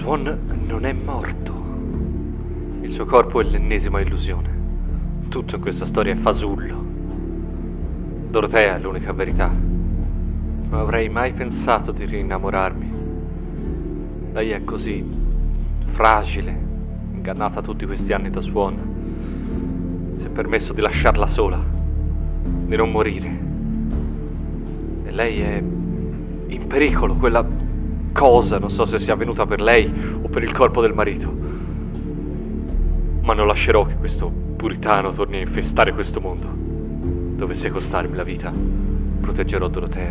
Swan non è morto. Il suo corpo è l'ennesima illusione. Tutto in questa storia è fasullo. Dorothea è l'unica verità. Non avrei mai pensato di rinnamorarmi. Lei è così fragile, ingannata tutti questi anni da Swan. Si è permesso di lasciarla sola, di non morire. E lei è in pericolo, quella cosa, non so se sia avvenuta per lei o per il corpo del marito. Ma non lascerò che questo puritano torni a infestare questo mondo. Dovesse costarmi la vita, proteggerò Dorothea.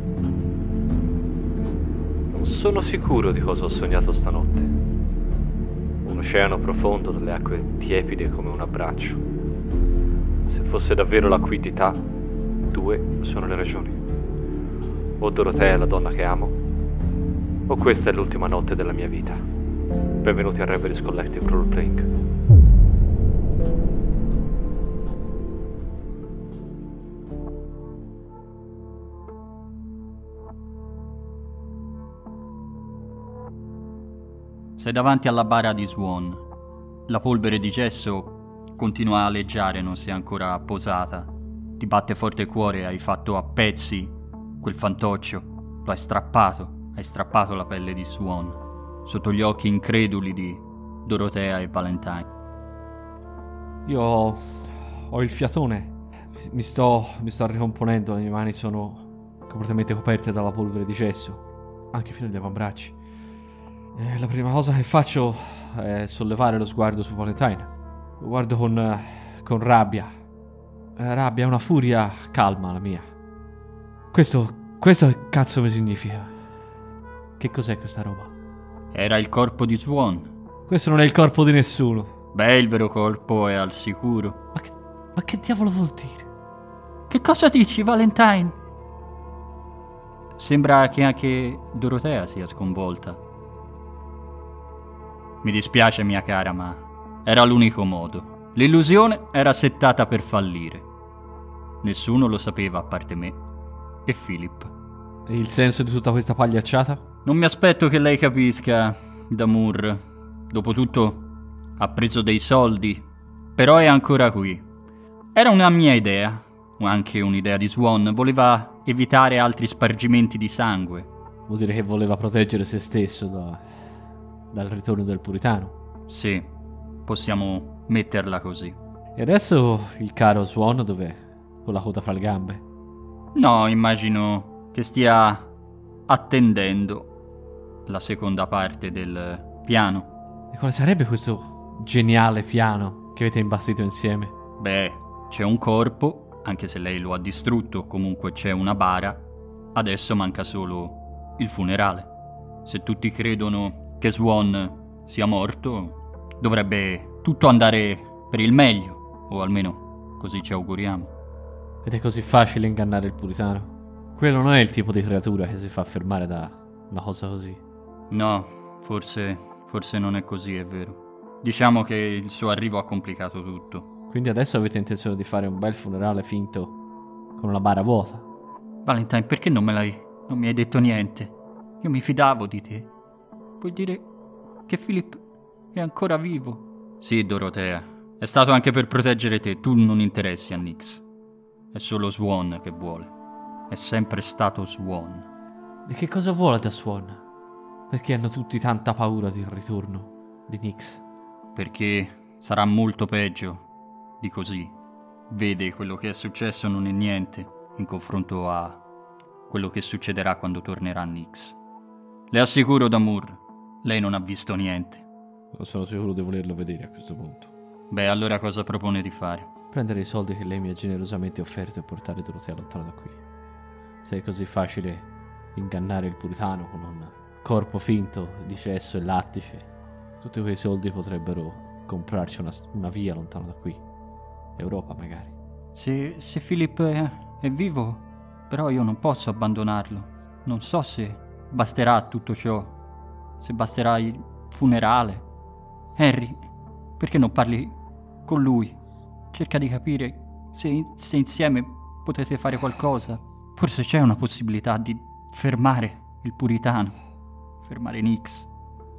Non sono sicuro di cosa ho sognato stanotte. Un oceano profondo dalle acque tiepide come un abbraccio. Se fosse davvero la quiddità, due sono le ragioni. O Dorothea è la donna che amo, o questa è l'ultima notte della mia vita. Benvenuti a Reveries Collective Roleplaying. Sei davanti alla bara di Swan. La polvere di gesso continua a aleggiare, non si è ancora posata. Ti batte forte il cuore, hai fatto a pezzi quel fantoccio. Lo hai strappato la pelle di Swan, sotto gli occhi increduli di Dorothea e Valentine. Io ho il fiatone. Mi sto ricomponendo, le mie mani sono completamente coperte dalla polvere di gesso, anche fino agli avambracci. La prima cosa che faccio è sollevare lo sguardo su Valentine. Lo guardo con rabbia. Rabbia, una furia calma la mia. Questo che cazzo mi significa? Che cos'è questa roba? Era il corpo di Swan. Questo non è il corpo di nessuno. Beh, il vero corpo è al sicuro. Ma che diavolo vuol dire? Che cosa dici, Valentine? Sembra che anche Dorothea sia sconvolta. Mi dispiace, mia cara, ma era l'unico modo. L'illusione era settata per fallire. Nessuno lo sapeva a parte me e Philip. E il senso di tutta questa pagliacciata? Non mi aspetto che lei capisca, Damour. Dopotutto ha preso dei soldi, però è ancora qui. Era una mia idea, anche un'idea di Swan. Voleva evitare altri spargimenti di sangue. Vuol dire che voleva proteggere se stesso dal ritorno del puritano. Sì, possiamo metterla così. E adesso il caro Swan dov'è? Con la coda fra le gambe? No, immagino che stia attendendo la seconda parte del piano. E quale sarebbe questo geniale piano che avete imbastito insieme? Beh, c'è un corpo, anche se lei lo ha distrutto, comunque c'è una bara. Adesso manca solo il funerale. Se tutti credono che Swan sia morto, dovrebbe tutto andare per il meglio, o almeno così ci auguriamo. Ed è così facile ingannare il puritano? Quello non è il tipo di creatura che si fa fermare da una cosa così. No, forse non è così, è vero. Diciamo che il suo arrivo ha complicato tutto. Quindi adesso avete intenzione di fare un bel funerale finto con una bara vuota? Valentine, perché non mi hai detto niente? Io mi fidavo di te. Vuoi dire che Philip è ancora vivo? Sì, Dorothea. È stato anche per proteggere te. Tu non interessi a Nyx. È solo Swan che vuole. È sempre stato Swan. E che cosa vuole da Swan? Perché hanno tutti tanta paura del ritorno di Nyx? Perché sarà molto peggio di così. Vede, quello che è successo non è niente in confronto a quello che succederà quando tornerà Nyx. Le assicuro, Damour, lei non ha visto niente. Non sono sicuro di volerlo vedere a questo punto. Beh, allora cosa propone di fare? Prendere i soldi che lei mi ha generosamente offerto e portare Dorothea lontano da qui. Se è così facile ingannare il puritano con un corpo finto di cesso e lattice, tutti quei soldi potrebbero comprarci una via lontano da qui. Europa, magari. Se Philip è vivo, però io non posso abbandonarlo. Non so se basterà tutto ciò. Se basterà il funerale. Harry, perché non parli con lui? Cerca di capire se insieme potete fare qualcosa. Forse c'è una possibilità di fermare il puritano, fermare Nyx.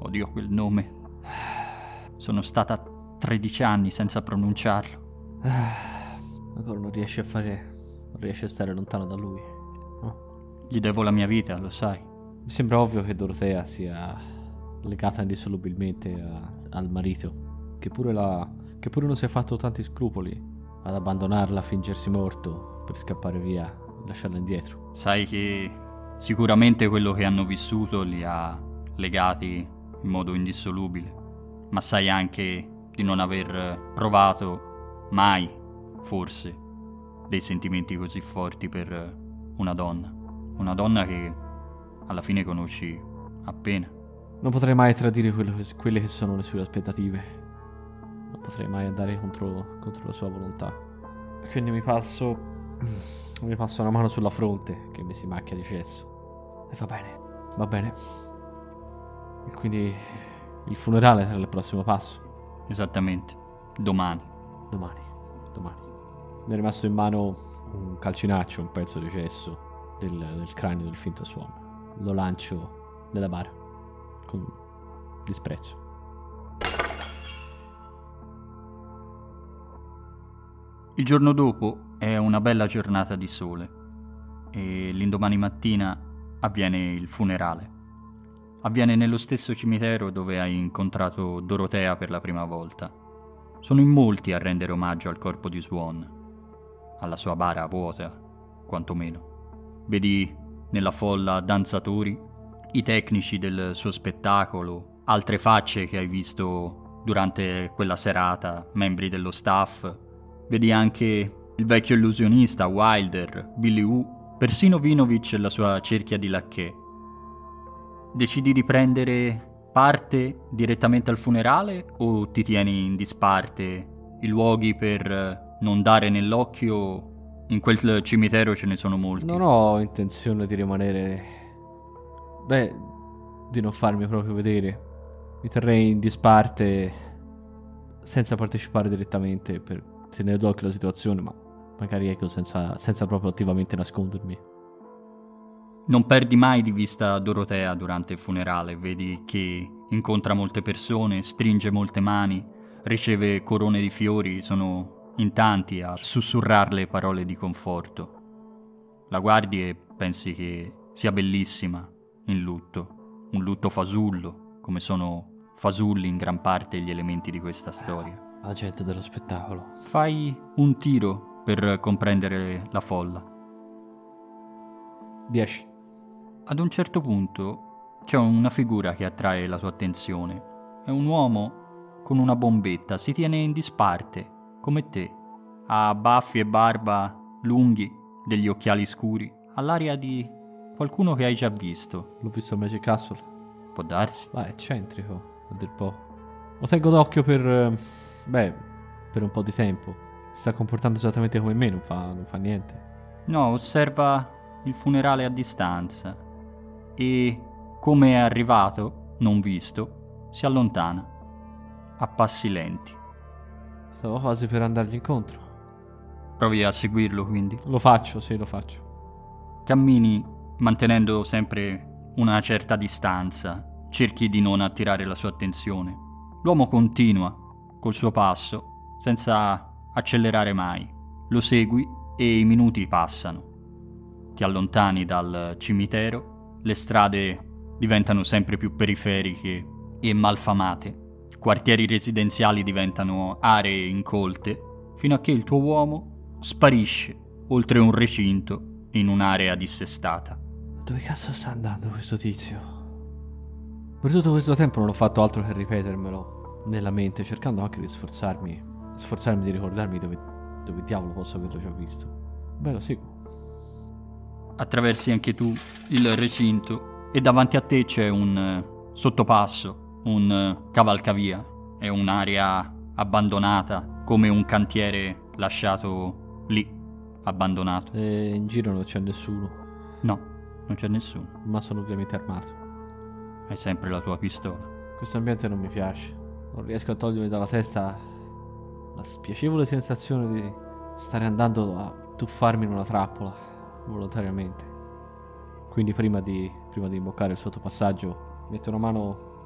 Odio quel nome. Sono stata 13 anni senza pronunciarlo. Ancora non riesci a stare lontano da lui, no? Gli devo la mia vita, lo sai. Mi sembra ovvio che Dorothea sia legata indissolubilmente al marito, che pure non si è fatto tanti scrupoli ad abbandonarla, a fingersi morto per scappare via e lasciarla indietro. Sai che sicuramente quello che hanno vissuto li ha legati in modo indissolubile, ma sai anche di non aver provato mai, forse, dei sentimenti così forti per una donna che alla fine conosci appena. Non potrei mai tradire quelle che sono le sue aspettative, non potrei mai andare contro la sua volontà, quindi mi passo una mano sulla fronte che mi si macchia di cesso. E va bene. E quindi il funerale sarà il prossimo passo. Esattamente, domani. Mi è rimasto in mano un calcinaccio, un pezzo di cesso del cranio del finto Swan. Lo lancio nella bara con disprezzo. Il giorno dopo è una bella giornata di sole e l'indomani mattina avviene il funerale. Avviene nello stesso cimitero dove hai incontrato Dorothea per la prima volta. Sono in molti a rendere omaggio al corpo di Swan, alla sua bara vuota, quantomeno. Vedi nella folla danzatori, i tecnici del suo spettacolo, altre facce che hai visto durante quella serata, membri dello staff. Vedi anche il vecchio illusionista, Wilder, Billy Wu, persino Vinovich e la sua cerchia di lacchè. Decidi di prendere parte direttamente al funerale o ti tieni in disparte i luoghi per non dare nell'occhio? In quel cimitero ce ne sono molti. Non ho intenzione di rimanere... di non farmi proprio vedere. Mi terrei in disparte senza partecipare direttamente per tenere d'occhio la situazione, ma magari ecco senza proprio attivamente nascondermi. Non perdi mai di vista Dorothea durante il funerale, vedi che incontra molte persone, stringe molte mani, riceve corone di fiori, sono in tanti a sussurrarle parole di conforto. La guardi e pensi che sia bellissima in lutto, un lutto fasullo, come sono fasulli in gran parte gli elementi di questa storia. La gente dello spettacolo. Fai un tiro per comprendere la folla. 10. Ad un certo punto c'è una figura che attrae la tua attenzione. È un uomo con una bombetta, si tiene in disparte, come te. Ha baffi e barba lunghi, degli occhiali scuri, ha l'aria di qualcuno che hai già visto. L'ho visto a Magic Castle. Può darsi. È eccentrico, a dir po'. Lo tengo d'occhio per un po' di tempo. Si sta comportando esattamente come me, non fa niente. No, osserva il funerale a distanza e, come è arrivato, non visto, si allontana a passi lenti. Stavo quasi per andargli incontro. Provi a seguirlo, quindi? Lo faccio. Cammini mantenendo sempre una certa distanza, cerchi di non attirare la sua attenzione. L'uomo continua col suo passo, senza accelerare mai. Lo segui e i minuti passano. Ti allontani dal cimitero, le strade diventano sempre più periferiche e malfamate, quartieri residenziali diventano aree incolte, fino a che il tuo uomo sparisce oltre un recinto in un'area dissestata. Dove cazzo sta andando questo tizio? Per tutto questo tempo non ho fatto altro che ripetermelo nella mente, cercando anche di sforzarmi di ricordarmi dove diavolo posso averlo già visto. Lo seguo. Attraversi anche tu il recinto e davanti a te c'è un sottopasso, un cavalcavia. È un'area abbandonata, come un cantiere lasciato lì, abbandonato. E in giro non c'è nessuno? No, non c'è nessuno. Ma sono ovviamente armato. Hai sempre la tua pistola. Questo ambiente non mi piace. Non riesco a togliermi dalla testa la spiacevole sensazione di stare andando a tuffarmi in una trappola volontariamente. Quindi prima di imboccare il sottopassaggio metto una mano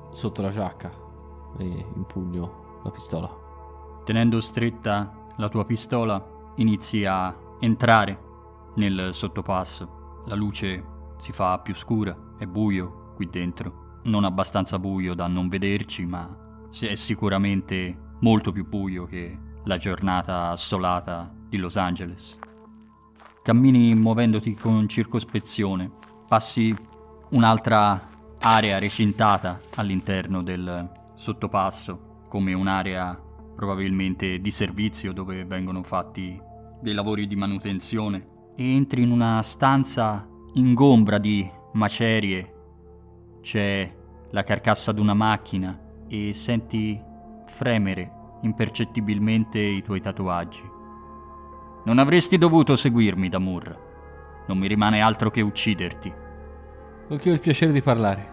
sotto la giacca e impugno la pistola. Tenendo stretta la tua pistola, inizi a entrare nel sottopasso. La luce si fa più scura, è buio qui dentro. Non abbastanza buio da non vederci, ma è sicuramente molto più buio che la giornata assolata di Los Angeles. Cammini muovendoti con circospezione, passi un'altra area recintata all'interno del sottopasso, come un'area probabilmente di servizio dove vengono fatti dei lavori di manutenzione, e entri in una stanza ingombra di macerie. C'è la carcassa di una macchina e senti fremere impercettibilmente i tuoi tatuaggi. Non avresti dovuto seguirmi, Damour. Non mi rimane altro che ucciderti. Con chi ho il piacere di parlare?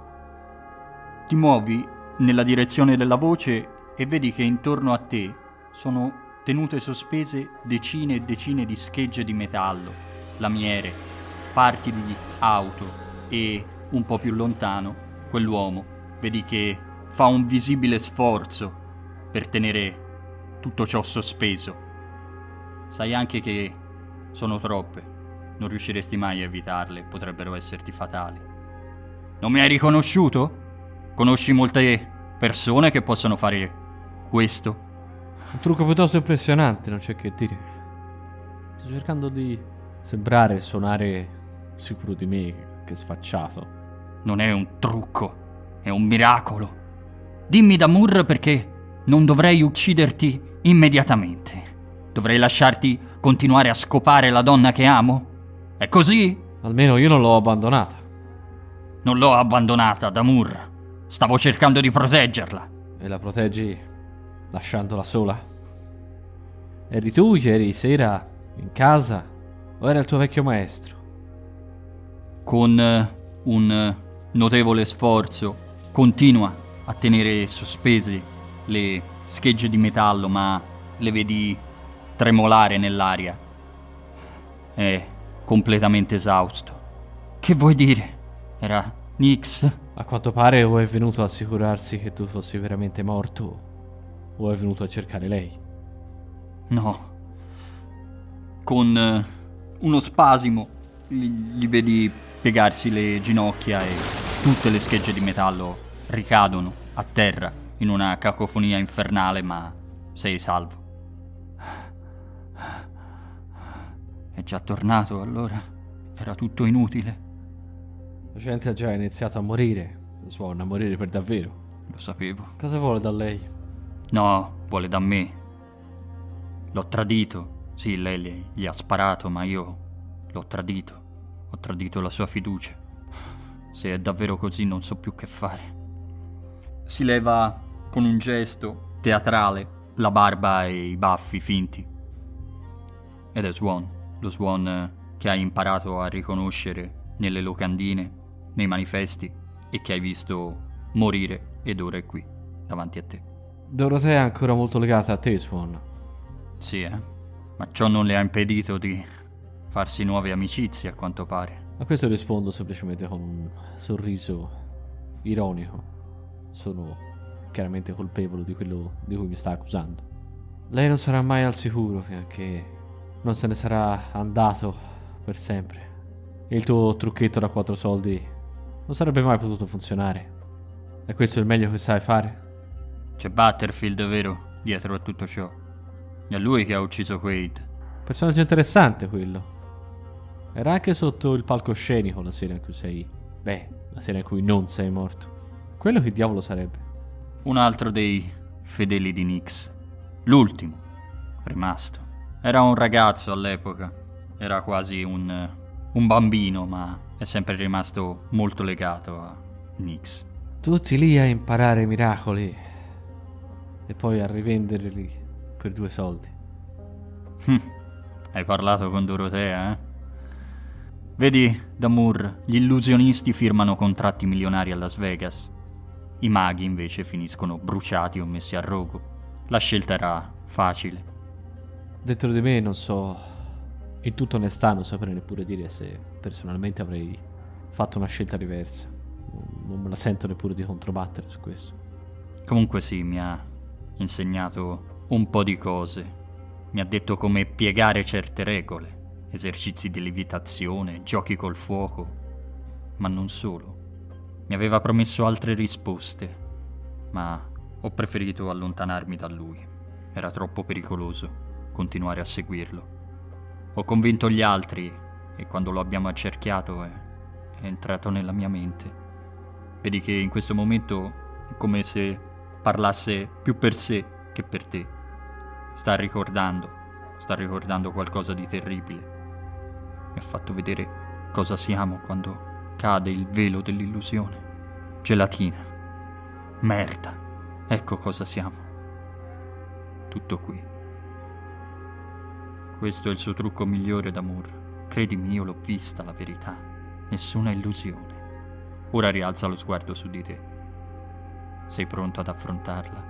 Ti muovi nella direzione della voce e vedi che intorno a te sono tenute sospese decine e decine di schegge di metallo, lamiere, parti di auto e, un po' più lontano, quell'uomo. Vedi che fa un visibile sforzo per tenere tutto ciò sospeso. Sai anche che sono troppe, non riusciresti mai a evitarle, potrebbero esserti fatali. Non mi hai riconosciuto? Conosci molte persone che possono fare questo? Un trucco piuttosto impressionante, non c'è che dire. Sto cercando di sembrare e suonare sicuro di me, che sfacciato. Non è un trucco, è un miracolo. Dimmi, Damour, perché non dovrei ucciderti immediatamente. Dovrei lasciarti continuare a scopare la donna che amo? È così? Almeno io non l'ho abbandonata. Non l'ho abbandonata, Damour. Stavo cercando di proteggerla. E la proteggi lasciandola sola? Eri tu ieri sera in casa o era il tuo vecchio maestro? Con un notevole sforzo continua a tenere sospese le schegge di metallo, ma le vedi tremolare nell'aria. È completamente esausto. Che vuoi dire? Era Nix? A quanto pare o è venuto a assicurarsi che tu fossi veramente morto o è venuto a cercare lei. No. Con uno spasimo gli vedi piegarsi le ginocchia e tutte le schegge di metallo ricadono a terra in una cacofonia infernale, ma sei salvo. È già tornato allora? Era tutto inutile? La gente ha già iniziato a morire. Suona a morire per davvero. Lo sapevo. Cosa vuole da lei? No, vuole da me. L'ho tradito. Sì, lei gli ha sparato, ma io l'ho tradito. Ho tradito la sua fiducia. Se è davvero così non so più che fare. Si leva con un gesto teatrale la barba e i baffi finti. Ed è Swan, lo Swan che hai imparato a riconoscere nelle locandine, nei manifesti, e che hai visto morire ed ora è qui, davanti a te. Dorothea è ancora molto legata a te, Swan. Sì, ma ciò non le ha impedito di farsi nuove amicizie, a quanto pare. A questo rispondo semplicemente con un sorriso ironico. Sono chiaramente colpevole di quello di cui mi sta accusando. Lei non sarà mai al sicuro finché non se ne sarà andato per sempre. E il tuo trucchetto da 4 soldi non sarebbe mai potuto funzionare. E questo è il meglio che sai fare? C'è Butterfield, vero, dietro a tutto ciò. È lui che ha ucciso Quaid. Personaggio interessante quello. Era anche sotto il palcoscenico la sera in cui sei... la sera in cui non sei morto. Quello che diavolo sarebbe? Un altro dei fedeli di Nix. L'ultimo. Rimasto. Era un ragazzo all'epoca. Era quasi un bambino, ma è sempre rimasto molto legato a Nix. Tutti lì a imparare miracoli e poi a rivenderli per 2 soldi. Hai parlato con Dorothea, eh? Vedi, Damour, gli illusionisti firmano contratti milionari a Las Vegas. I maghi invece finiscono bruciati o messi a rogo. La scelta era facile. Dentro di me non so, in tutta onestà non saprei neppure dire se personalmente avrei fatto una scelta diversa. Non me la sento neppure di controbattere su questo. Comunque sì, mi ha insegnato un po' di cose. Mi ha detto come piegare certe regole, esercizi di levitazione, giochi col fuoco, ma non solo. Mi aveva promesso altre risposte, ma ho preferito allontanarmi da lui. Era troppo pericoloso continuare a seguirlo. Ho convinto gli altri e quando lo abbiamo accerchiato è entrato nella mia mente. Vedi che in questo momento è come se parlasse più per sé che per te. Sta ricordando qualcosa di terribile. Mi ha fatto vedere cosa siamo quando cade il velo dell'illusione. Gelatina. Merda. Ecco cosa siamo. Tutto qui. Questo è il suo trucco migliore d'amore. Credimi, io l'ho vista la verità. Nessuna illusione. Ora rialza lo sguardo su di te. Sei pronto ad affrontarla?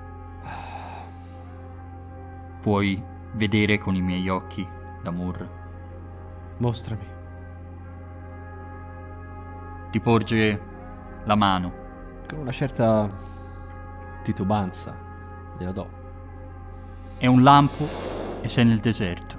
Puoi vedere con i miei occhi, d'amore? Mostrami. Ti porge la mano. Con una certa titubanza gliela do. È un lampo e sei nel deserto.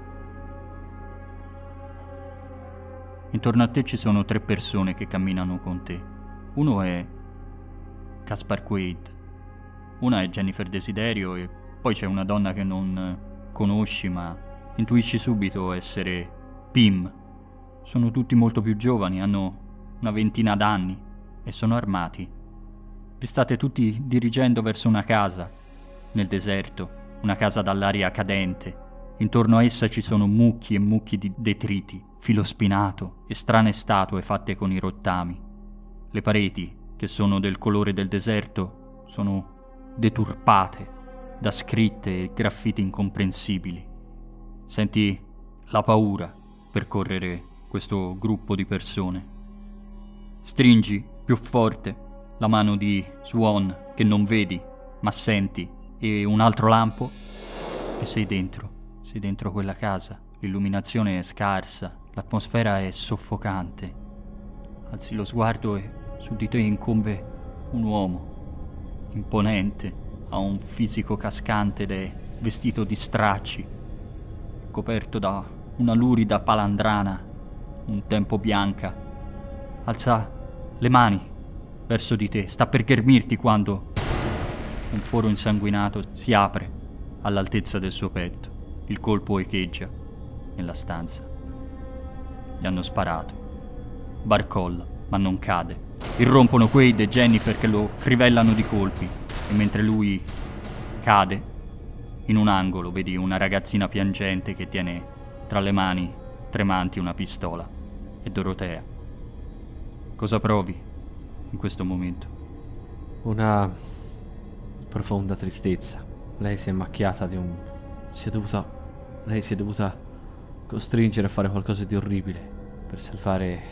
Intorno a te ci sono 3 persone che camminano con te. Uno è Caspar Quaid, una è Jennifer Desiderio e poi c'è una donna che non conosci ma intuisci subito essere Pim. Sono tutti molto più giovani, hanno una ventina d'anni e sono armati. Vi state tutti dirigendo verso una casa nel deserto, una casa dall'aria cadente. Intorno a essa ci sono mucchi e mucchi di detriti, filo spinato e strane statue fatte con i rottami. Le pareti, che sono del colore del deserto, sono deturpate da scritte e graffiti incomprensibili. Senti la paura percorrere questo gruppo di persone. Stringi più forte la mano di Swan che non vedi ma senti e un altro lampo e sei dentro quella casa. L'illuminazione è scarsa, l'atmosfera è soffocante. Alzi lo sguardo e su di te incombe un uomo imponente, ha un fisico cascante ed è vestito di stracci, coperto da una lurida palandrana, un tempo bianca. Alza le mani verso di te, sta per ghermirti quando un foro insanguinato si apre all'altezza del suo petto. Il colpo echeggia nella stanza. Gli hanno sparato. Barcolla, ma non cade. Irrompono Quaid e Jennifer che lo crivellano di colpi e mentre lui cade, in un angolo vedi una ragazzina piangente che tiene tra le mani tremanti una pistola. È Dorotea. Cosa provi in questo momento? Una profonda tristezza. Lei si è macchiata di un... Lei si è dovuta costringere a fare qualcosa di orribile per salvare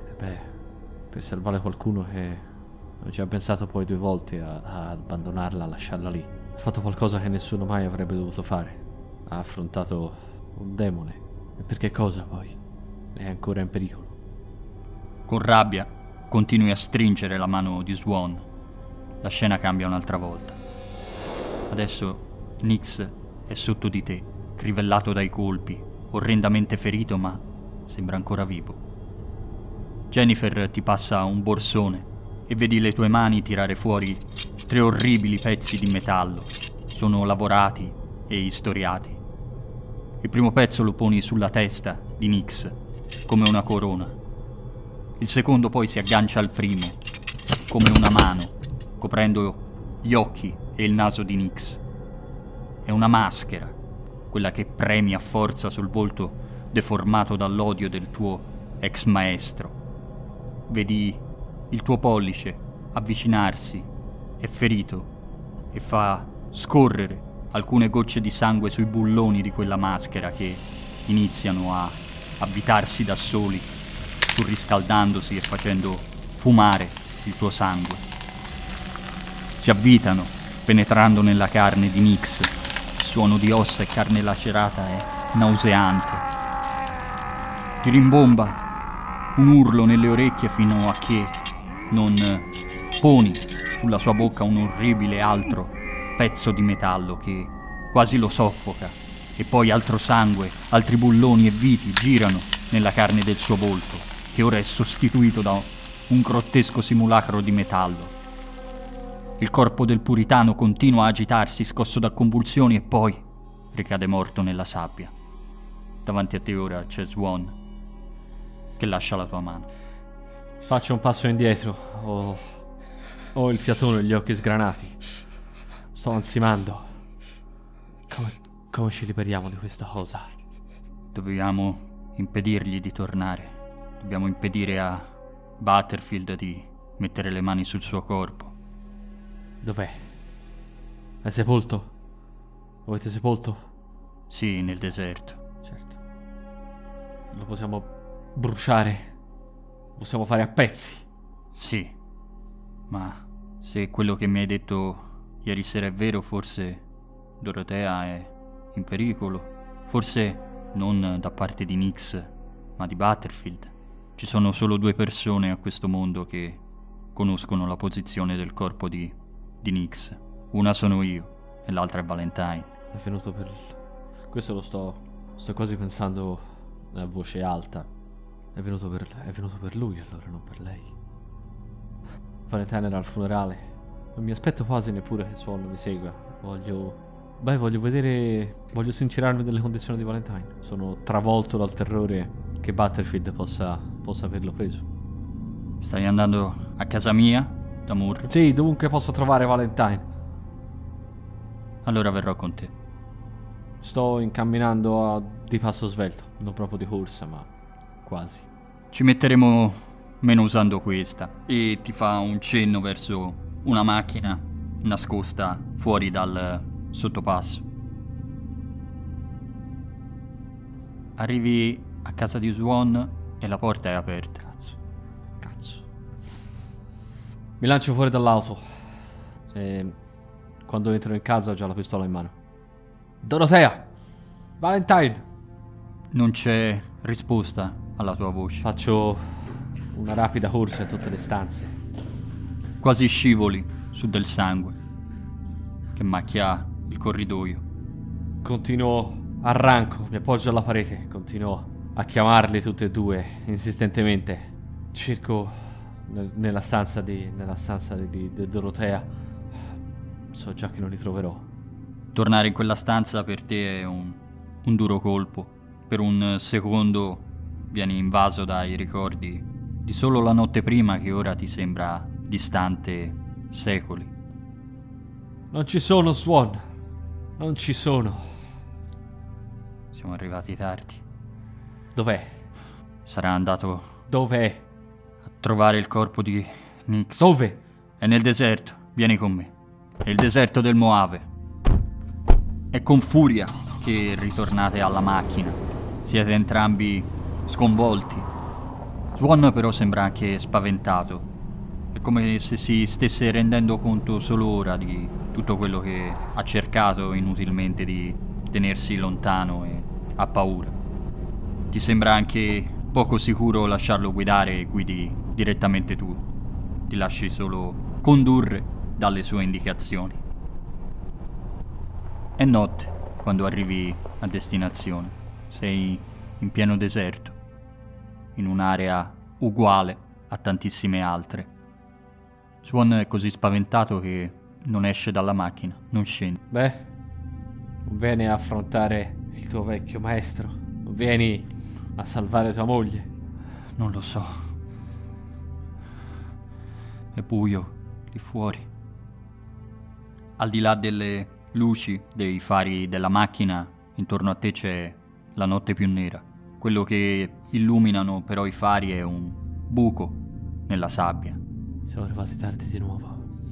qualcuno che ho già pensato poi 2 volte a abbandonarla, a lasciarla lì. Ha fatto qualcosa che nessuno mai avrebbe dovuto fare. Ha affrontato un demone. E perché cosa poi? È ancora in pericolo. Con rabbia continui a stringere la mano di Swan. La scena cambia un'altra volta. Adesso Nix è sotto di te, crivellato dai colpi, orrendamente ferito ma sembra ancora vivo. Jennifer ti passa un borsone e vedi le tue mani tirare fuori 3 orribili pezzi di metallo. Sono lavorati e istoriati. Il primo pezzo lo poni sulla testa di Nix, come una corona. Il secondo poi si aggancia al primo, come una mano, coprendo gli occhi e il naso di Nix. È una maschera, quella che premi a forza sul volto deformato dall'odio del tuo ex maestro. Vedi il tuo pollice avvicinarsi, è ferito e fa scorrere alcune gocce di sangue sui bulloni di quella maschera che iniziano a avvitarsi da soli, surriscaldandosi e facendo fumare il tuo sangue. Si avvitano, penetrando nella carne di Nix. Il suono di ossa e carne lacerata è nauseante. Ti rimbomba un urlo nelle orecchie fino a che non poni sulla sua bocca un orribile altro pezzo di metallo che quasi lo soffoca, e poi altro sangue, altri bulloni e viti girano nella carne del suo volto, che ora è sostituito da un grottesco simulacro di metallo. Il corpo del puritano continua a agitarsi, scosso da convulsioni, e poi ricade morto nella sabbia. Davanti a te ora c'è Swan, che lascia la tua mano. Faccio un passo indietro. Ho il fiatone e gli occhi sgranati. Sto ansimando. Come ci liberiamo di questa cosa? Dobbiamo impedirgli di tornare. Dobbiamo impedire a Butterfield di mettere le mani sul suo corpo. Dov'è? È sepolto? Lo avete sepolto? Sì, nel deserto. Certo. Lo possiamo bruciare. Lo possiamo fare a pezzi. Sì, ma se quello che mi hai detto ieri sera è vero, forse Dorothea è in pericolo. Forse non da parte di Nix, ma di Butterfield. Ci sono solo 2 persone a questo mondo che conoscono la posizione del corpo di Nix. Una sono io e l'altra è Valentine. È venuto per... Questo lo sto quasi pensando a voce alta. È venuto per lui allora, non per lei. Valentine era al funerale. Non mi aspetto quasi neppure che Swan mi segua. Voglio sincerarmi delle condizioni di Valentine. Sono travolto dal terrore che Butterfield possa averlo preso. Stai andando a casa mia, Damur? Sì, dovunque posso trovare Valentine. Allora verrò con te. Sto incamminando di passo svelto. Non proprio di corsa, ma quasi. Ci metteremo meno usando questa. E ti fa un cenno verso una macchina nascosta fuori dal sottopasso. Arrivi a casa di Swan e la porta è aperta. Cazzo. Mi lancio fuori dall'auto e quando entro in casa ho già la pistola in mano. Dorothea! Valentine! Non c'è risposta alla tua voce. Faccio una rapida corsa in tutte le stanze. Quasi scivoli su del sangue che macchia il corridoio. Arranco, mi appoggio alla parete, continuo a chiamarli tutti e 2, insistentemente. Cerco nella stanza di Dorothea. So già che non li troverò. Tornare in quella stanza per te è un duro colpo. Per un secondo vieni invaso dai ricordi di solo la notte prima, che ora ti sembra distante secoli. Non ci sono, Swan. Non ci sono. Siamo arrivati tardi. Dov'è? Sarà andato Dov'è? a trovare il corpo di Nix. Dove? È nel deserto. Vieni con me. È il deserto del Moave. È con furia che ritornate alla macchina. Siete entrambi sconvolti. Swan però sembra anche spaventato. È come se si stesse rendendo conto solo ora di tutto quello che ha cercato inutilmente di tenersi lontano e ha paura. Ti sembra anche poco sicuro lasciarlo guidare e guidi direttamente tu. Ti lasci solo condurre dalle sue indicazioni. È notte quando arrivi a destinazione. Sei in pieno deserto, in un'area uguale a tantissime altre. Swan è così spaventato che non esce dalla macchina, non scende. Beh, non vieni a affrontare il tuo vecchio maestro? Non vieni a salvare tua moglie? Non lo so. È buio lì fuori. Al di là delle luci dei fari della macchina, intorno a te c'è la notte più nera. Quello che illuminano però i fari è un buco nella sabbia. Siamo arrivati tardi di nuovo.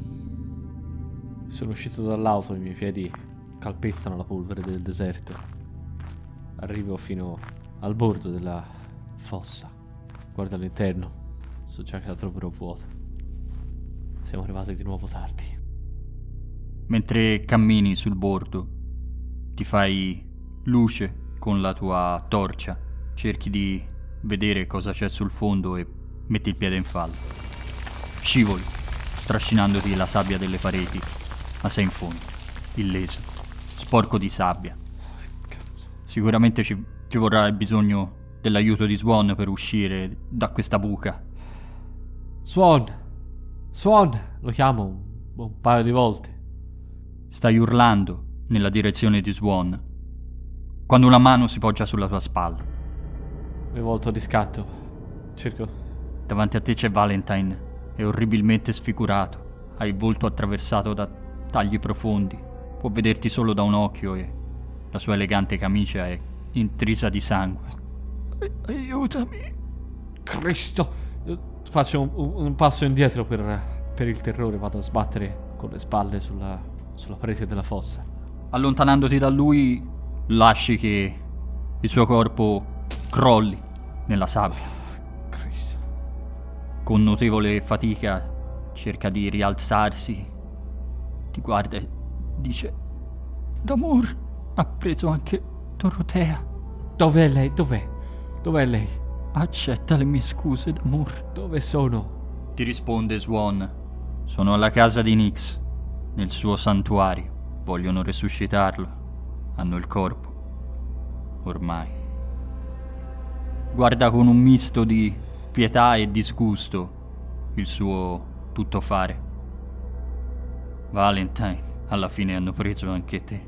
Sono uscito dall'auto e i miei piedi calpestano la polvere del deserto. Arrivo fino al bordo della fossa. Guardo all'interno. So già che la troverò vuota. Siamo arrivati di nuovo tardi. Mentre cammini sul bordo, ti fai luce con la tua torcia. Cerchi di vedere cosa c'è sul fondo e metti il piede in fallo. scivoli, trascinandoti la sabbia delle pareti, ma sei in fondo, illeso, sporco di sabbia. Sicuramente ci vorrà il bisogno dell'aiuto di Swan per uscire da questa buca. Swan, lo chiamo un paio di volte. Stai urlando nella direzione di Swan, quando una mano si poggia sulla tua spalla. Mi volto di scatto. Cerco. Davanti a te c'è Valentine, è orribilmente sfigurato, ha il volto attraversato da tagli profondi, può vederti solo da un occhio e la sua elegante camicia è intrisa di sangue. Aiutami. Cristo! Faccio un passo indietro per il terrore, vado a sbattere con le spalle sulla parete della fossa. Allontanandoti da lui, lasci che il suo corpo crolli nella sabbia. Cristo. Con notevole fatica cerca di rialzarsi, ti guarda e dice: Damour ha preso anche Dorotea. Dov'è lei? Dov'è lei? Accetta le mie scuse, Damour. Dove sono? Ti risponde Swan. Sono alla casa di Nyx, nel suo santuario. Vogliono resuscitarlo. Hanno il corpo. Ormai. Guarda con un misto di pietà e disgusto il suo tuttofare. Valentine, alla fine hanno preso anche te.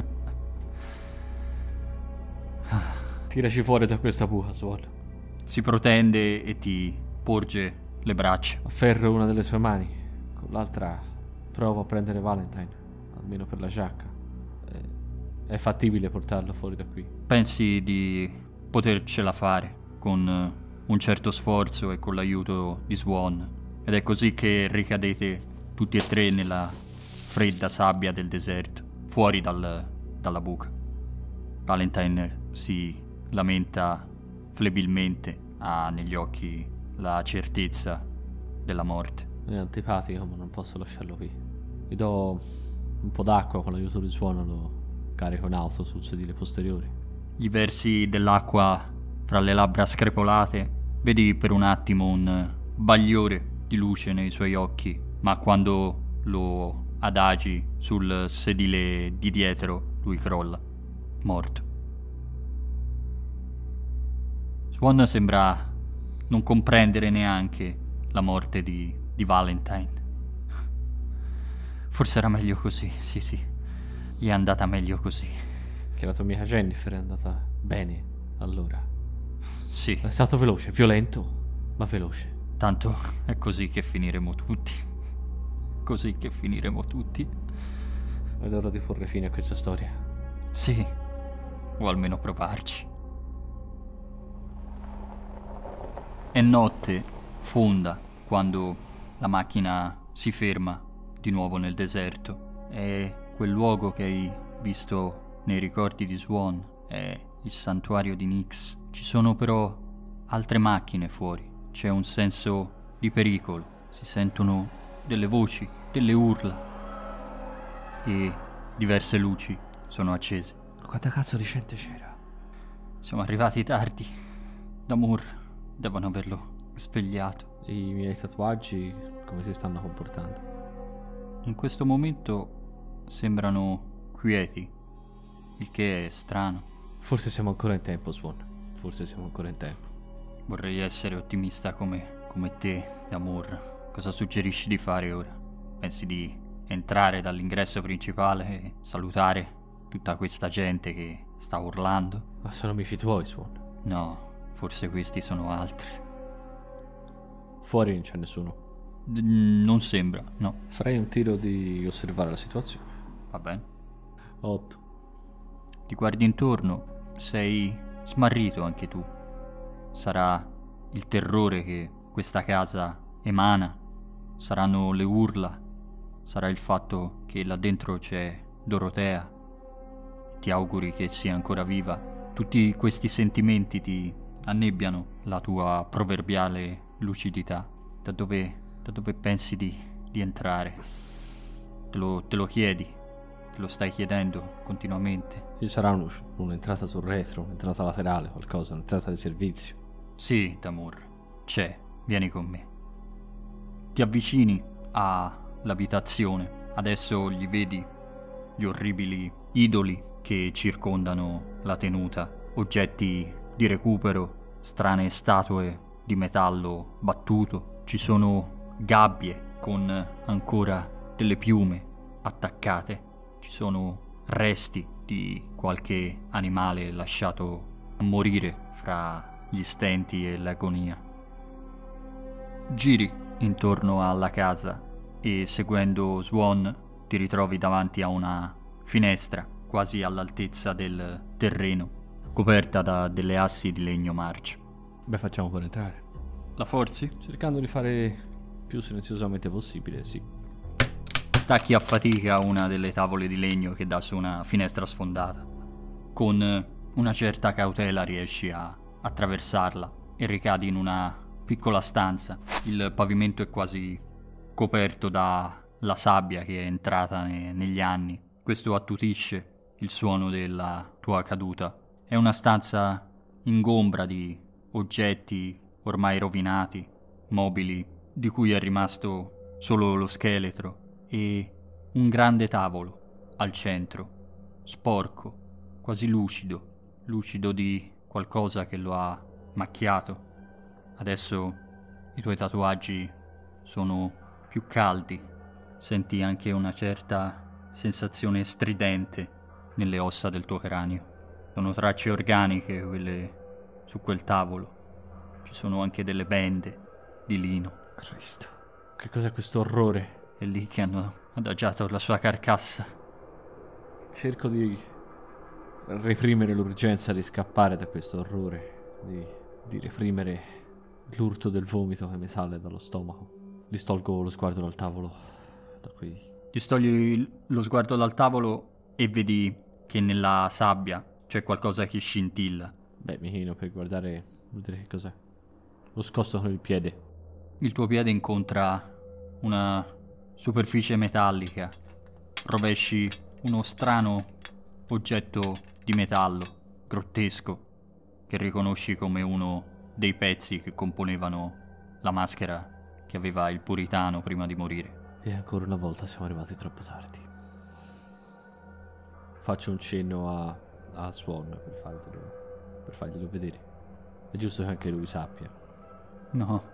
Tiraci fuori da questa buca, Swan. Si protende e ti porge le braccia. Afferro una delle sue mani, con l'altra provo a prendere Valentine, almeno per la giacca. È fattibile portarlo fuori da qui. Pensi di potercela fare con un certo sforzo e con l'aiuto di Swan, ed è così che ricadete tutti e tre nella fredda sabbia del deserto, fuori dalla buca. Valentine si lamenta flebilmente, ha negli occhi la certezza della morte. È antipatico, ma non posso lasciarlo qui. Gli do un po' d'acqua con l'aiuto di Swan, lo carico in auto sul sedile posteriore. Gli versi dell'acqua fra le labbra screpolate, vedi per un attimo un bagliore di luce nei suoi occhi, ma quando lo adagi sul sedile di dietro, lui crolla, morto. Swan sembra non comprendere neanche la morte di Valentine. Forse era meglio così, sì. Gli è andata meglio così. Che la tua amica Jennifer è andata bene, allora. Sì. È stato veloce, violento, ma veloce. Tanto è così che finiremo tutti. Così che finiremo tutti. È l'ora di porre fine a questa storia. Sì, o almeno provarci. È notte fonda quando la macchina si ferma di nuovo nel deserto. È quel luogo che hai visto nei ricordi di Swan, è il santuario di Nyx. Ci sono però altre macchine fuori, c'è un senso di pericolo, si sentono delle voci, delle urla e diverse luci sono accese. Quanta cazzo di gente c'era? Siamo arrivati tardi. Damour devono averlo svegliato. I miei tatuaggi come si stanno comportando? In questo momento sembrano quieti, il che è strano. Forse siamo ancora in tempo, Swan. Forse siamo ancora in tempo. Vorrei essere ottimista come te, Damour. Cosa suggerisci di fare ora? Pensi di entrare dall'ingresso principale e salutare tutta questa gente che sta urlando? Ma sono amici tuoi, Swan. No, forse questi sono altri. Fuori non c'è nessuno. Non sembra, no. Farei un tiro di osservare la situazione. Va bene. 8. Ti guardi intorno, sei smarrito anche tu. Sarà il terrore che questa casa emana, saranno le urla, sarà il fatto che là dentro c'è Dorotea. Ti auguri che sia ancora viva. Tutti questi sentimenti ti annebbiano la tua proverbiale lucidità. Da dove pensi di entrare? Te lo chiedi? Te lo stai chiedendo continuamente? Ci sarà un'entrata sul retro, un'entrata laterale, qualcosa, un'entrata di servizio. Sì, Damour, c'è. Vieni con me. Ti avvicini all'abitazione. Adesso gli vedi gli orribili idoli che circondano la tenuta, oggetti di recupero, strane statue di metallo battuto. Ci sono gabbie con ancora delle piume attaccate. Ci sono resti di qualche animale lasciato a morire fra gli stenti e l'agonia. Giri intorno alla casa e seguendo Swan ti ritrovi davanti a una finestra quasi all'altezza del terreno, coperta da delle assi di legno marcio. Beh, facciamo per entrare. La forzi? Cercando di fare più silenziosamente possibile, sì. Stacchi a fatica una delle tavole di legno che dà su una finestra sfondata. Con una certa cautela riesci a attraversarla e ricadi in una piccola stanza. Il pavimento è quasi coperto dalla sabbia che è entrata negli anni. Questo attutisce il suono della tua caduta. È una stanza ingombra di oggetti ormai rovinati, mobili di cui è rimasto solo lo scheletro e un grande tavolo al centro, sporco, quasi lucido di qualcosa che lo ha macchiato. Adesso i tuoi tatuaggi sono più caldi, senti anche una certa sensazione stridente nelle ossa del tuo cranio. Sono tracce organiche quelle su quel tavolo. Ci sono anche delle bende di lino. Cristo, che cos'è questo orrore? È lì che hanno adagiato la sua carcassa. Cerco di reprimere l'urgenza di scappare da questo orrore, di reprimere l'urto del vomito che mi sale dallo stomaco. Gli stolgo lo sguardo dal tavolo, da qui. Ti stogli lo sguardo dal tavolo e vedi che nella sabbia c'è qualcosa che scintilla. Beh, mi chino per vedere che cos'è. Lo scosto con il piede. Il tuo piede incontra una superficie metallica. Rovesci uno strano oggetto di metallo, grottesco, che riconosci come uno dei pezzi che componevano la maschera che aveva il puritano prima di morire. E ancora una volta siamo arrivati troppo tardi. Faccio un cenno a Swan per farglielo vedere. È giusto che anche lui sappia. No.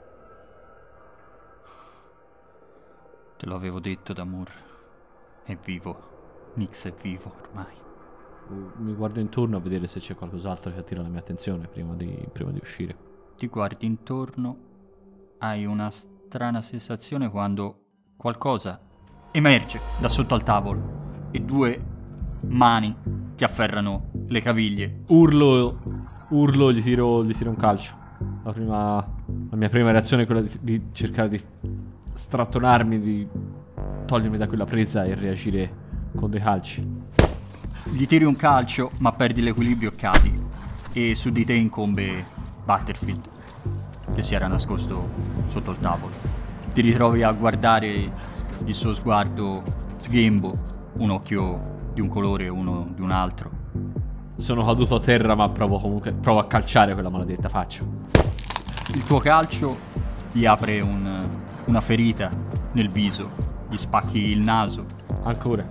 Te lo avevo detto, Damour. È vivo. Nix è vivo ormai. Mi guardo intorno a vedere se c'è qualcos'altro che attira la mia attenzione prima di uscire. Ti guardi intorno, hai una strana sensazione quando qualcosa emerge da sotto al tavolo e due mani ti afferrano le caviglie. Urlo, gli tiro un calcio. La mia prima reazione è quella di cercare di strattonarmi, di togliermi da quella presa e reagire con dei calci. Gli tiri un calcio, ma perdi l'equilibrio e cadi. E su di te incombe Butterfield, che si era nascosto sotto il tavolo. Ti ritrovi a guardare il suo sguardo sghembo, un occhio di un colore e uno di un altro. Sono caduto a terra, ma provo a calciare quella maledetta faccia. Il tuo calcio gli apre una ferita nel viso, gli spacchi il naso. Ancora.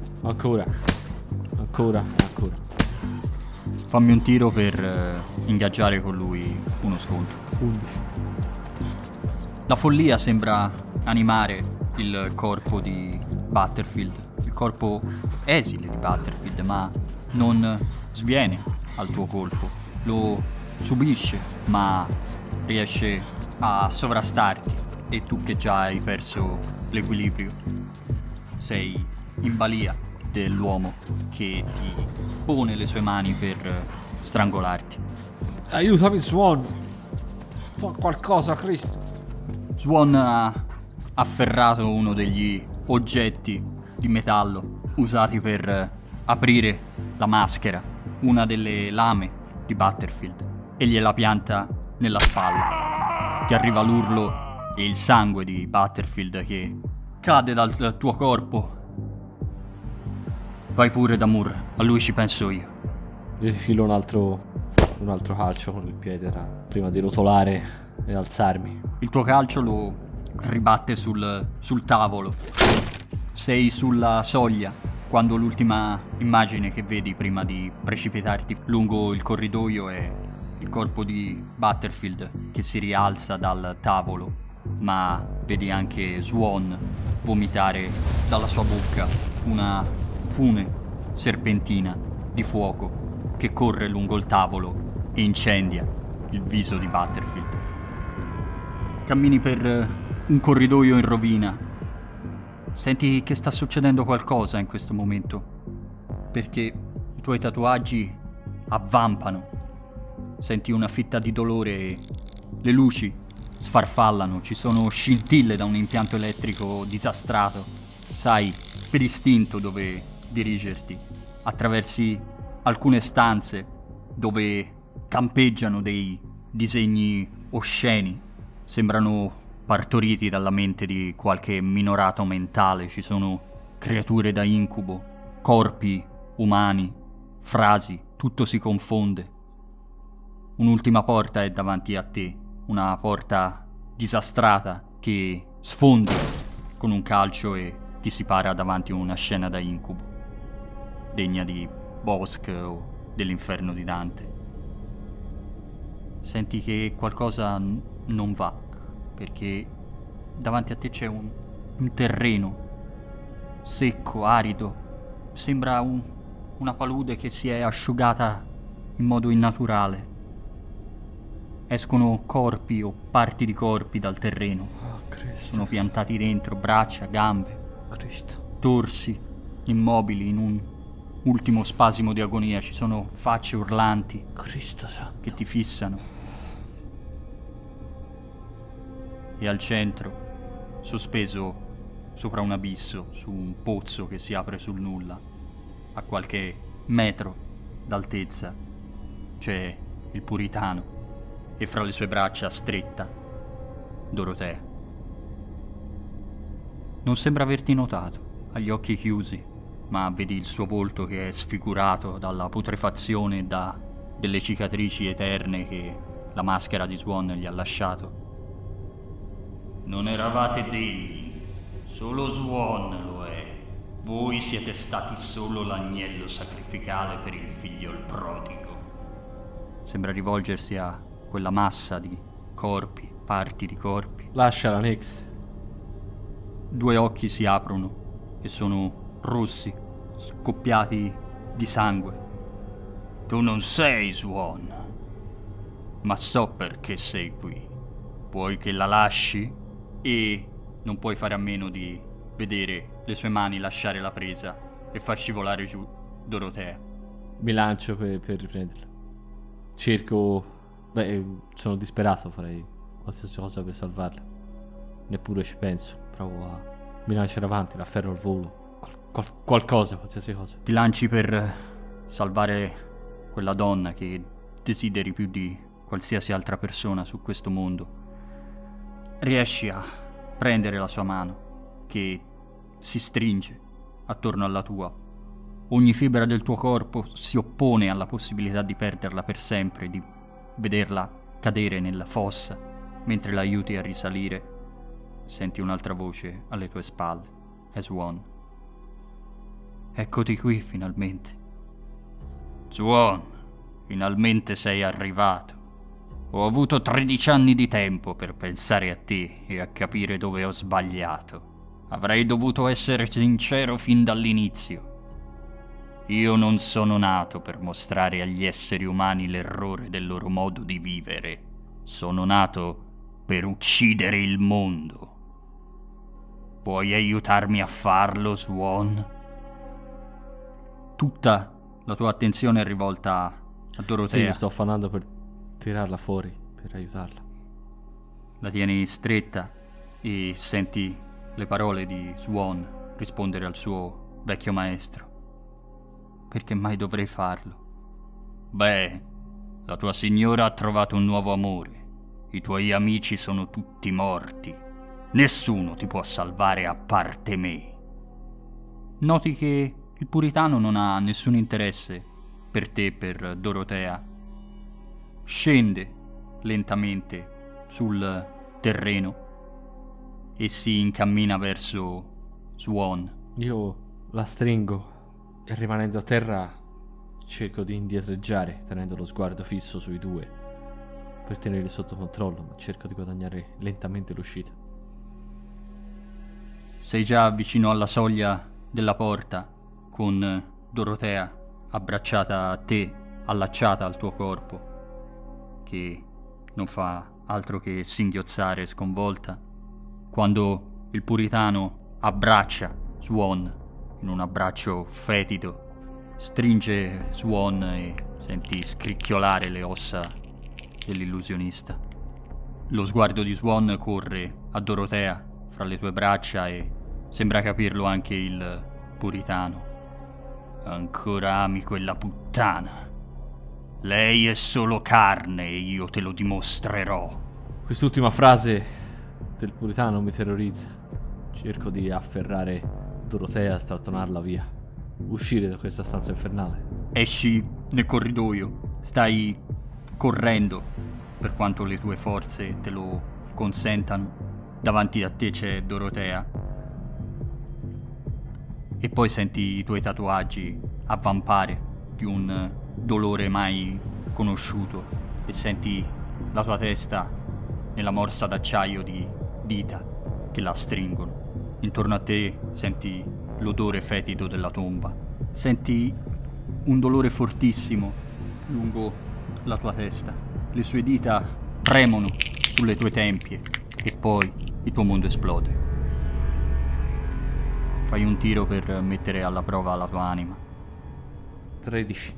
Fammi un tiro per ingaggiare con lui uno scontro. 11. La follia sembra animare il corpo di Butterfield, il corpo esile di Butterfield, ma non sviene al tuo colpo. Lo subisce, ma riesce a sovrastarti e tu che già hai perso l'equilibrio sei in balia dell'uomo che ti pone le sue mani per strangolarti. Aiutami, Swan! Fa qualcosa, Cristo! Swan ha afferrato uno degli oggetti di metallo usati per aprire la maschera, una delle lame di Butterfield, e gliela pianta nella spalla. Ti arriva l'urlo e il sangue di Butterfield che cade dal tuo corpo. Vai pure, Damour, a lui ci penso io. Gli filo un altro calcio con il piede prima di rotolare e alzarmi. Il tuo calcio lo ribatte sul tavolo. Sei sulla soglia quando l'ultima immagine che vedi prima di precipitarti lungo il corridoio è il corpo di Butterfield che si rialza dal tavolo, ma vedi anche Swan vomitare dalla sua bocca una fune serpentina di fuoco che corre lungo il tavolo e incendia il viso di Butterfield. Cammini per un corridoio in rovina. Senti che sta succedendo qualcosa in questo momento, perché i tuoi tatuaggi avvampano. Senti una fitta di dolore e le luci sfarfallano, ci sono scintille da un impianto elettrico disastrato. Sai per istinto dove dirigerti. Attraversi alcune stanze dove campeggiano dei disegni osceni. Sembrano partoriti dalla mente di qualche minorato mentale. Ci sono creature da incubo, corpi umani, frasi, tutto si confonde. Un'ultima porta è davanti a te, una porta disastrata che sfondi con un calcio e ti si para davanti a una scena da incubo, degna di Bosc o dell'inferno di Dante. Senti che qualcosa non va, perché davanti a te c'è un terreno secco, arido. Sembra una palude che si è asciugata in modo innaturale. Escono corpi o parti di corpi dal terreno. Oh, Cristo. Sono piantati dentro braccia, gambe, Cristo. torsi, immobili in un ultimo spasimo di agonia. Ci sono facce urlanti Cristo santo. che ti fissano. E al centro, sospeso sopra un abisso, su un pozzo che si apre sul nulla, a qualche metro d'altezza, c'è il puritano e fra le sue braccia stretta Dorotea. Non sembra averti notato, ha gli occhi chiusi, ma vedi il suo volto che è sfigurato dalla putrefazione e da delle cicatrici eterne che la maschera di Swan gli ha lasciato. Non eravate degni, solo Swan lo è. Voi siete stati solo l'agnello sacrificale per il figliol prodigo. Sembra rivolgersi a quella massa di corpi, parti di corpi. Lasciala, Nix. Due occhi si aprono e sono rossi, scoppiati di sangue. Tu non sei Swan, ma so perché sei qui. Vuoi che la lasci? E non puoi fare a meno di vedere le sue mani lasciare la presa e far scivolare giù Dorotea. Mi lancio per riprenderla. Cerco... sono disperato, farei qualsiasi cosa per salvarla. Neppure ci penso. Provo a... Mi lancio avanti, la afferro al volo. Qualcosa, qualsiasi cosa. Ti lanci per salvare quella donna che desideri più di qualsiasi altra persona su questo mondo. Riesci a prendere la sua mano, che si stringe attorno alla tua. Ogni fibra del tuo corpo si oppone alla possibilità di perderla per sempre, di vederla cadere nella fossa. Mentre la aiuti a risalire, senti un'altra voce alle tue spalle. È Swan. Eccoti qui, finalmente. Swan, finalmente sei arrivato. Ho avuto 13 anni di tempo per pensare a te e a capire dove ho sbagliato. Avrei dovuto essere sincero fin dall'inizio. Io non sono nato per mostrare agli esseri umani l'errore del loro modo di vivere. Sono nato per uccidere il mondo. Vuoi aiutarmi a farlo, Swan? Tutta la tua attenzione è rivolta a Dorotea. Sì, mi sto affannando per tirarla fuori, per aiutarla. La tieni stretta e senti le parole di Swan rispondere al suo vecchio maestro. Perché mai dovrei farlo? Beh, la tua signora ha trovato un nuovo amore. I tuoi amici sono tutti morti. Nessuno ti può salvare a parte me. Noti che il puritano non ha nessun interesse per te, per Dorotea. Scende lentamente sul terreno e si incammina verso Swan. Io la stringo e rimanendo a terra cerco di indietreggiare, tenendo lo sguardo fisso sui due per tenerli sotto controllo, ma cerco di guadagnare lentamente l'uscita. Sei già vicino alla soglia della porta, con Dorotea abbracciata a te, allacciata al tuo corpo, che non fa altro che singhiozzare sconvolta, quando il puritano abbraccia Swan in un abbraccio fetido, stringe Swan e senti scricchiolare le ossa dell'illusionista. Lo sguardo di Swan corre a Dorotea fra le tue braccia e sembra capirlo anche il puritano. Ancora ami quella puttana? Lei è solo carne e io te lo dimostrerò. Quest'ultima frase del puritano mi terrorizza. Cerco di afferrare Dorotea e strattonarla via. Uscire da questa stanza infernale. Esci nel corridoio. Stai correndo, per quanto le tue forze te lo consentano. Davanti a te c'è Dorotea. E poi senti i tuoi tatuaggi avvampare di un dolore mai conosciuto e senti la tua testa nella morsa d'acciaio di dita che la stringono. Intorno a te senti l'odore fetido della tomba. Senti un dolore fortissimo lungo la tua testa. Le sue dita premono sulle tue tempie e poi il tuo mondo esplode. Fai un tiro per mettere alla prova la tua anima. 13.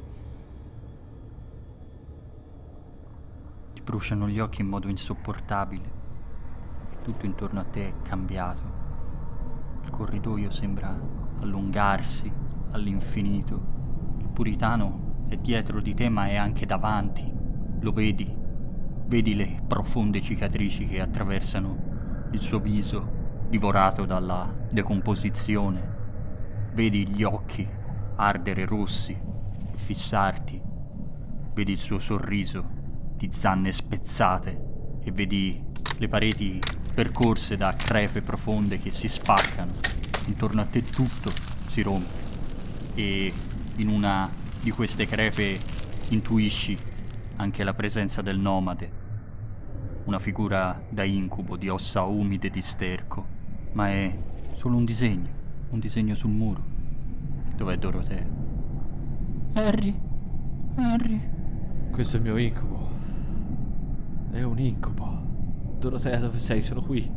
Ti bruciano gli occhi in modo insopportabile e tutto intorno a te è cambiato. Il corridoio sembra allungarsi all'infinito. Il puritano è dietro di te ma è anche davanti. Lo vedi. Vedi le profonde cicatrici che attraversano il suo viso divorato dalla decomposizione. Vedi gli occhi ardere rossi e fissarti. Vedi il suo sorriso di zanne spezzate e vedi le pareti percorse da crepe profonde che si spaccano. Intorno a te tutto si rompe e in una di queste crepe intuisci anche la presenza del nomade. Una figura da incubo di ossa umide di sterco, ma è solo un disegno sul muro. Dov'è Dorotea? Harry. Questo è il mio incubo. È un incubo. Dorotea, dove sei? Sono qui.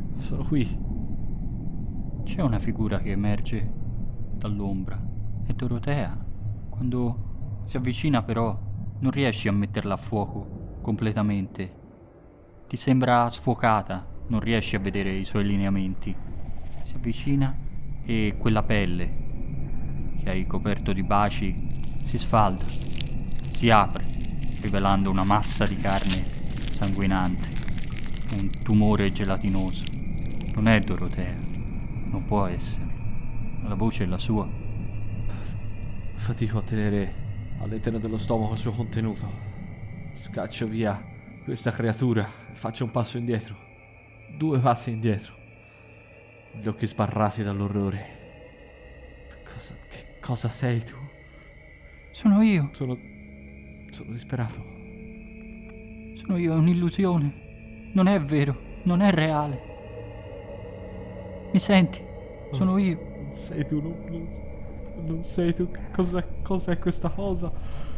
C'è una figura che emerge dall'ombra. È Dorotea. Quando si avvicina però non riesci a metterla a fuoco completamente. Ti sembra sfocata, non riesci a vedere i suoi lineamenti. Si avvicina e quella pelle che hai coperto di baci si sfalda, si apre, rivelando una massa di carne sanguinante, un tumore gelatinoso. Non è Dorotea, non può essere. La voce è la sua. Fatico a tenere all'interno dello stomaco il suo contenuto. Scaccio via questa creatura, faccio un passo indietro, 2 passi indietro, gli occhi sbarrati dall'orrore. Che cosa sei tu? Sono io. Sono disperato. Sono io, è un'illusione. Non è vero, non è reale. Mi senti? Sono io. Non sei tu, non sei tu. Cos'è questa cosa?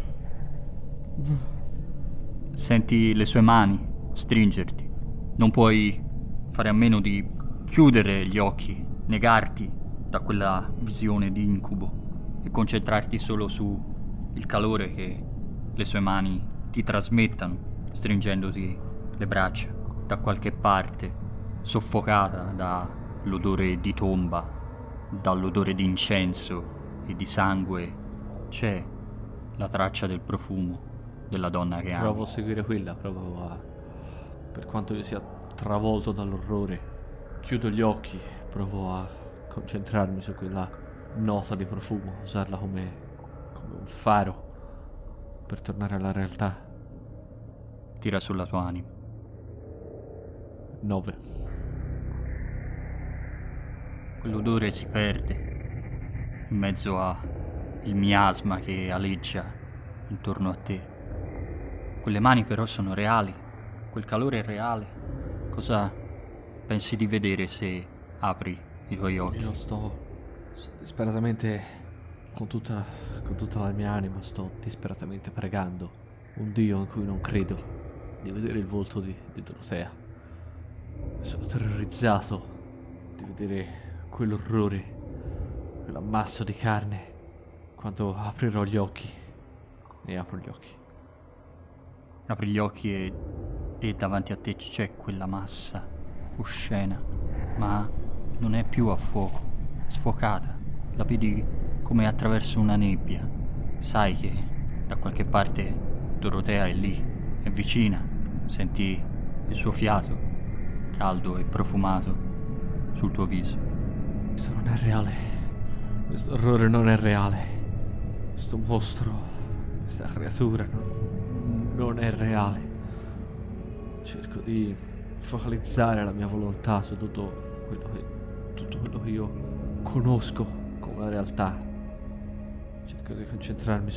Senti le sue mani stringerti. Non puoi fare a meno di chiudere gli occhi, negarti da quella visione di incubo e concentrarti solo su il calore che le sue mani ti trasmettano, stringendoti le braccia. Da qualche parte, soffocata dall'odore di tomba, dall'odore di incenso e di sangue, c'è la traccia del profumo della donna che ami. Provo a seguire quella, per quanto io sia travolto dall'orrore, chiudo gli occhi, provo a concentrarmi su quella nota di profumo, usarla come un faro per tornare alla realtà. Tira sulla tua anima. 9. quell'odore si perde in mezzo a il miasma che aleggia intorno a te. Quelle mani però sono reali, quel calore è reale. Cosa pensi di vedere se apri i tuoi occhi? Io sto disperatamente, con tutta la mia anima, sto disperatamente pregando un Dio in cui non credo di vedere il volto di Dorotea. Sono terrorizzato di vedere quell'orrore, quell'ammasso di carne, quando aprirò gli occhi. E apro gli occhi. Apri gli occhi e davanti a te c'è quella massa oscena, ma non è più a fuoco, è sfocata. La vedi come attraverso una nebbia. Sai che da qualche parte Dorotea è lì, è vicina. Senti il suo fiato, caldo e profumato, sul tuo viso. Questo non è reale. Questo orrore non è reale. Questo mostro, questa creatura non è reale. Cerco di focalizzare la mia volontà su tutto quello che io conosco come la realtà. Cerco di concentrarmi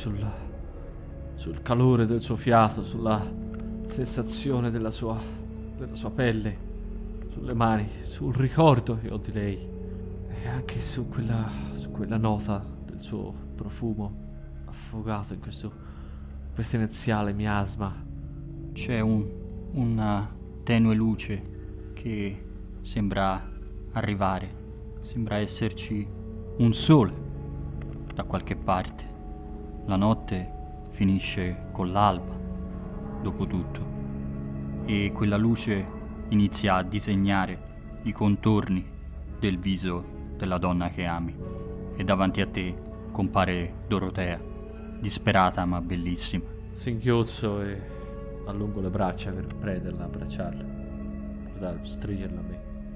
sul calore del suo fiato, sulla sensazione della sua pelle, sulle mani, sul ricordo che ho di lei e anche su quella nota del suo profumo affogato in questo iniziale miasma. C'è una tenue luce che sembra arrivare, sembra esserci un sole da qualche parte. La notte finisce con l'alba, dopo tutto, e quella luce inizia a disegnare i contorni del viso della donna che ami, e davanti a te compare Dorotea, disperata ma bellissima. Singhiozzo e allungo le braccia per prenderla, abbracciarla, per stringerla a me.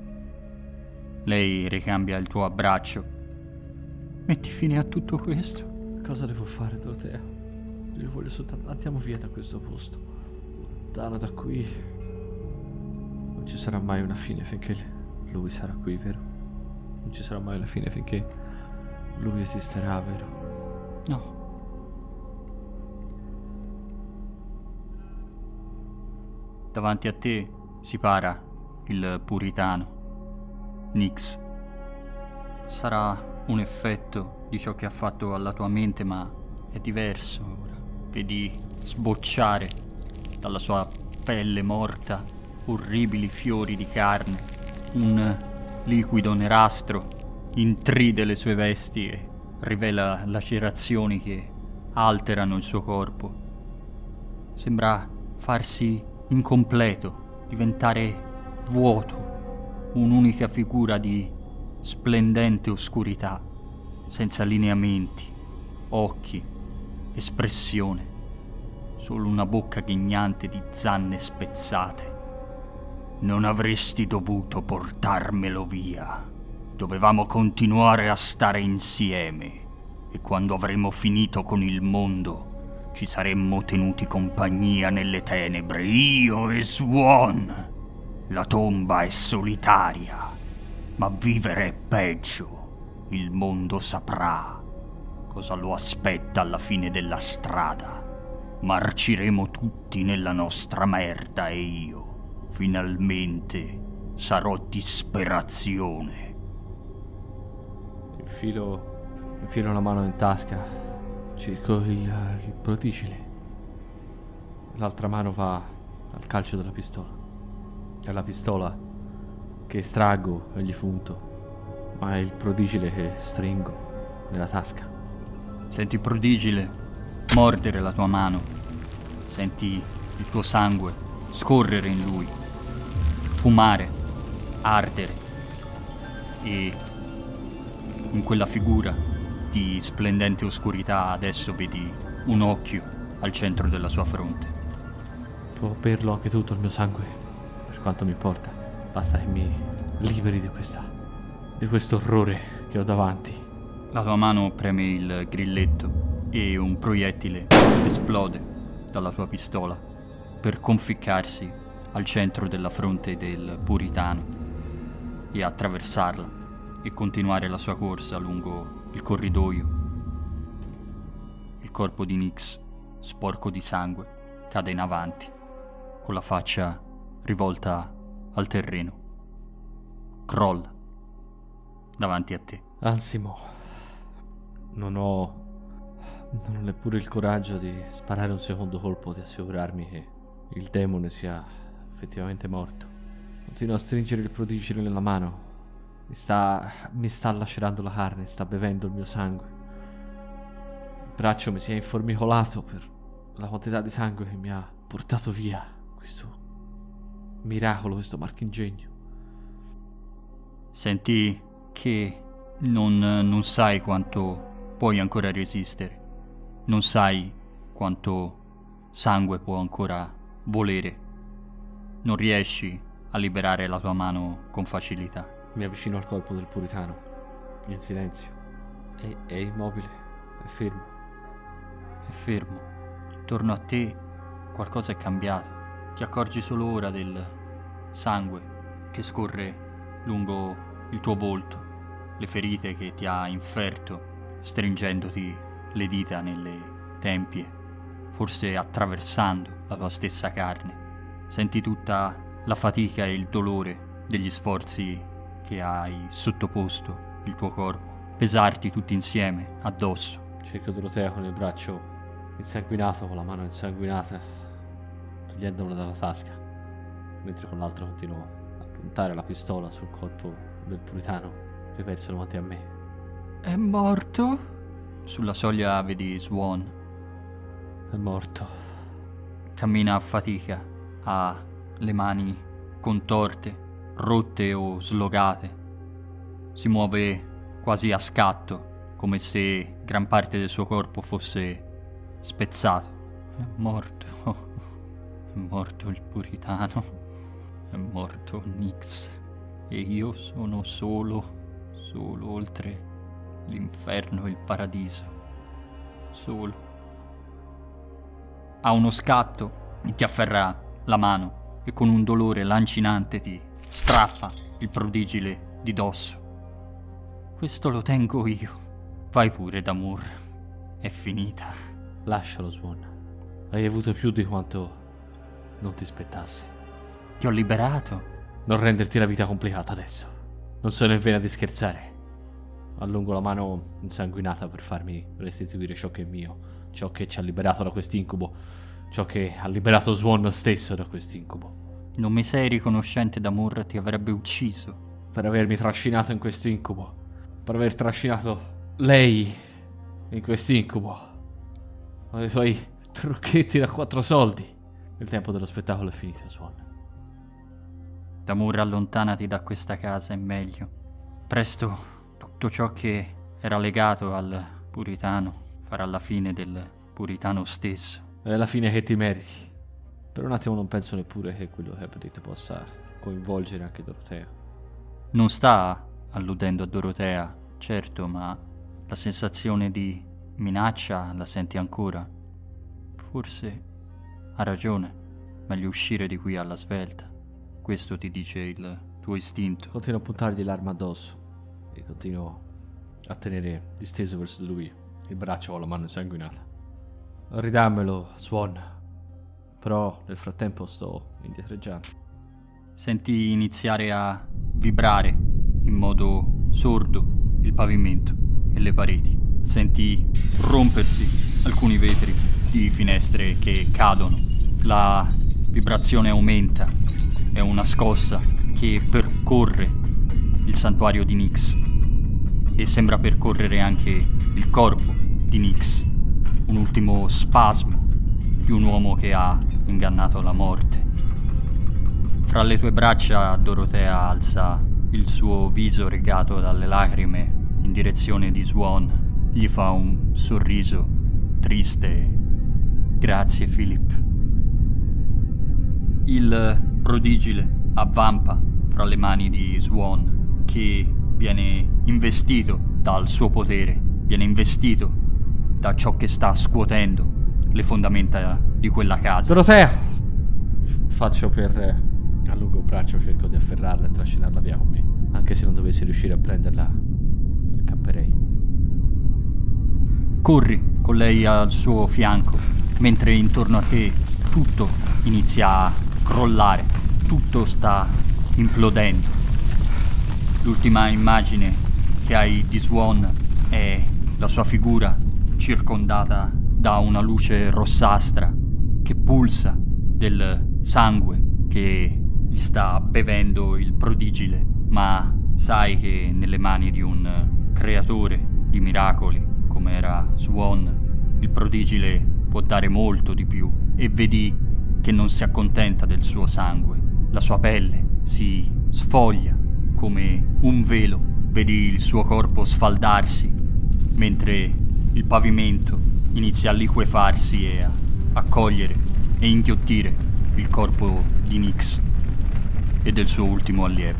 Lei ricambia il tuo abbraccio. Metti fine a tutto questo. Cosa devo fare, Dorotea? Io voglio soltanto... Andiamo via da questo posto. Lontano da qui. Non ci sarà mai una fine finché lui sarà qui, vero? Non ci sarà mai una fine finché lui esisterà, vero? No. Davanti a te si para il puritano, Nix. Sarà un effetto di ciò che ha fatto alla tua mente, ma è diverso ora. Vedi sbocciare dalla sua pelle morta orribili fiori di carne. Un liquido nerastro intride le sue vesti e rivela lacerazioni che alterano il suo corpo. Sembra farsi incompleto, diventare vuoto, un'unica figura di splendente oscurità, senza lineamenti, occhi, espressione, solo una bocca ghignante di zanne spezzate. Non avresti dovuto portarmelo via. Dovevamo continuare a stare insieme e quando avremo finito con il mondo ci saremmo tenuti compagnia nelle tenebre, io e Swan. La tomba è solitaria, ma vivere è peggio. Il mondo saprà cosa lo aspetta alla fine della strada. Marciremo tutti nella nostra merda e io, finalmente, sarò disperazione. Infilo la mano in tasca. Cerco il prodigile. L'altra mano va al calcio della pistola. È la pistola che estraggo e gli punto, ma è il prodigile che stringo nella tasca. Senti il prodigile mordere la tua mano. Senti il tuo sangue scorrere in lui, fumare, ardere. E in quella figura di splendente oscurità adesso vedi un occhio al centro della sua fronte. Può berlo anche tutto il mio sangue, per quanto mi importa. Basta che mi liberi di questo orrore che ho davanti. La tua mano preme il grilletto e un proiettile esplode dalla tua pistola per conficcarsi al centro della fronte del puritano e attraversarla e continuare la sua corsa lungo il corridoio. Il corpo di Nix, sporco di sangue, cade in avanti, con la faccia rivolta al terreno. Crolla davanti a te. Ansimo, non ho neppure il coraggio di sparare un secondo colpo, di assicurarmi che il demone sia effettivamente morto. Continuo a stringere il prodigile nella mano. Mi sta lacerando la carne, sta bevendo il mio sangue. Il braccio mi si è informicolato per la quantità di sangue che mi ha portato via questo miracolo, questo marchingegno. Senti che non sai quanto puoi ancora resistere. Non sai quanto sangue può ancora volere. Non riesci a liberare la tua mano con facilità. Mi avvicino al corpo del puritano, in silenzio. È immobile, è fermo. È fermo. Intorno a te qualcosa è cambiato. Ti accorgi solo ora del sangue che scorre lungo il tuo volto, le ferite che ti ha inferto, stringendoti le dita nelle tempie, forse attraversando la tua stessa carne. Senti tutta la fatica e il dolore degli sforzi che hai sottoposto il tuo corpo, pesarti tutti insieme addosso. Cerco Dorotea con il braccio insanguinato, con la mano insanguinata, togliendola dalla tasca, mentre con l'altro continuo a puntare la pistola sul corpo del puritano che versa davanti a me. È morto? Sulla soglia vedi Swan. È morto. Cammina a fatica, ha le mani contorte, rotte o slogate. Si muove quasi a scatto, come se gran parte del suo corpo fosse spezzato. È morto. È morto il puritano. È morto Nix. E io sono solo oltre l'inferno e il paradiso. Solo. Ha uno scatto e ti afferra la mano e con un dolore lancinante ti strappa il prodigile di dosso. Questo lo tengo io. Vai pure, Damour. È finita. Lascialo, Swan. Hai avuto più di quanto non ti spettasse. Ti ho liberato. Non renderti la vita complicata adesso. Non sono in vena di scherzare. Allungo la mano insanguinata per farmi restituire ciò che è mio, ciò che ci ha liberato da quest'incubo, ciò che ha liberato Swan stesso da quest'incubo. Non mi sei riconoscente, Damour, ti avrebbe ucciso. Per avermi trascinato in quest'incubo, per aver trascinato lei in quest'incubo, con i suoi trucchetti da 4 soldi. Il tempo dello spettacolo è finito, Swan. Damour, allontanati da questa casa, è meglio. Presto tutto ciò che era legato al puritano farà la fine del puritano stesso. È la fine che ti meriti. Per un attimo non penso neppure che quello che hai detto possa coinvolgere anche Dorotea. Non sta alludendo a Dorotea, certo, ma la sensazione di minaccia la senti ancora. Forse ha ragione, meglio uscire di qui alla svelta. Questo ti dice il tuo istinto. Continuo a puntargli l'arma addosso e continuo a tenere disteso verso di lui il braccio con la mano insanguinata. Ridammelo, Swan. Però nel frattempo sto indietreggiando. Senti iniziare a vibrare in modo sordo il pavimento e le pareti. Senti rompersi alcuni vetri di finestre che cadono. La vibrazione aumenta. È una scossa che percorre il santuario di Nix e sembra percorrere anche il corpo di Nix. Un ultimo spasmo di un uomo che ha ingannato la morte. Fra le tue braccia Dorotea alza il suo viso regato dalle lacrime in direzione di Swan. Gli fa un sorriso triste. Grazie, Philip. Il prodigile avvampa fra le mani di Swan, che viene investito dal suo potere, viene investito da ciò che sta scuotendo le fondamenta di quella casa. Dorotea! Faccio per allungo il braccio, cerco di afferrarla e trascinarla via con me. Anche se non dovessi riuscire a prenderla, scapperei. Corri con lei al suo fianco, mentre intorno a te tutto inizia a crollare, tutto sta implodendo. L'ultima immagine che hai di Swan è la sua figura circondata da una luce rossastra che pulsa del sangue che gli sta bevendo il prodigile, ma sai che nelle mani di un creatore di miracoli come era Swan, il prodigile può dare molto di più, e vedi che non si accontenta del suo sangue. La sua pelle si sfoglia come un velo, vedi il suo corpo sfaldarsi, mentre il pavimento inizia a liquefarsi e a accogliere e inghiottire il corpo di Nix e del suo ultimo allievo.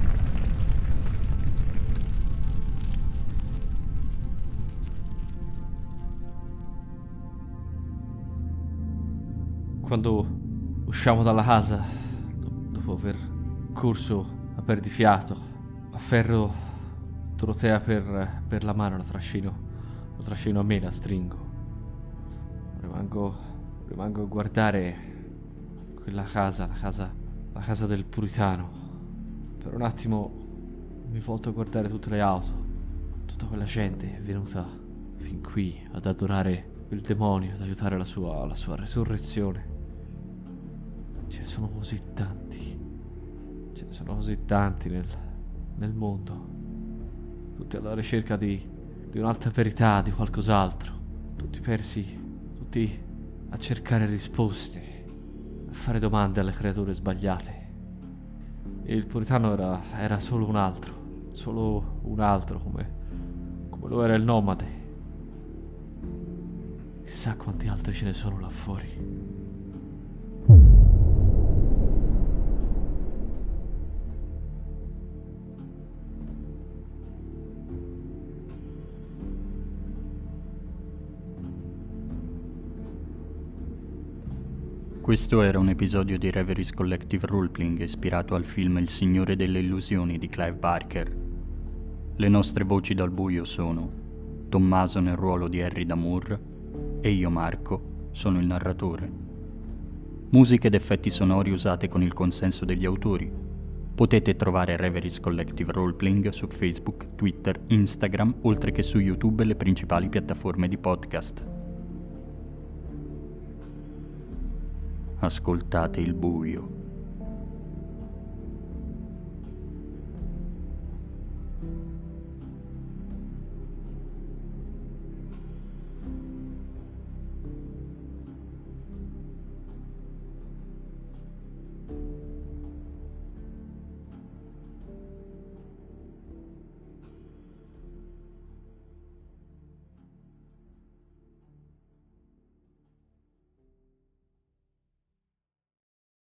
Quando usciamo dalla casa, dopo aver corso a perdifiato, afferro Dorotea per la mano, lo trascino a me, la stringo. Rimango a guardare quella casa, la casa del puritano. Per un attimo mi volto a guardare tutte le auto, tutta quella gente è venuta fin qui ad adorare il demonio, ad aiutare la sua resurrezione. Ce ne sono così tanti nel mondo, tutti alla ricerca di un'altra verità, di qualcos'altro, tutti persi, tutti a cercare risposte, a fare domande alle creature sbagliate. E il puritano era solo un altro, come lo era il nomade. Chissà quanti altri ce ne sono là fuori. Questo era un episodio di Reveries Collective Roleplaying ispirato al film Il Signore delle Illusioni di Clive Barker. Le nostre voci dal buio sono Tommaso nel ruolo di Harry Damour e io, Marco, sono il narratore. Musiche ed effetti sonori usate con il consenso degli autori. Potete trovare Reveries Collective Roleplaying su Facebook, Twitter, Instagram, oltre che su YouTube e le principali piattaforme di podcast. Ascoltate il buio.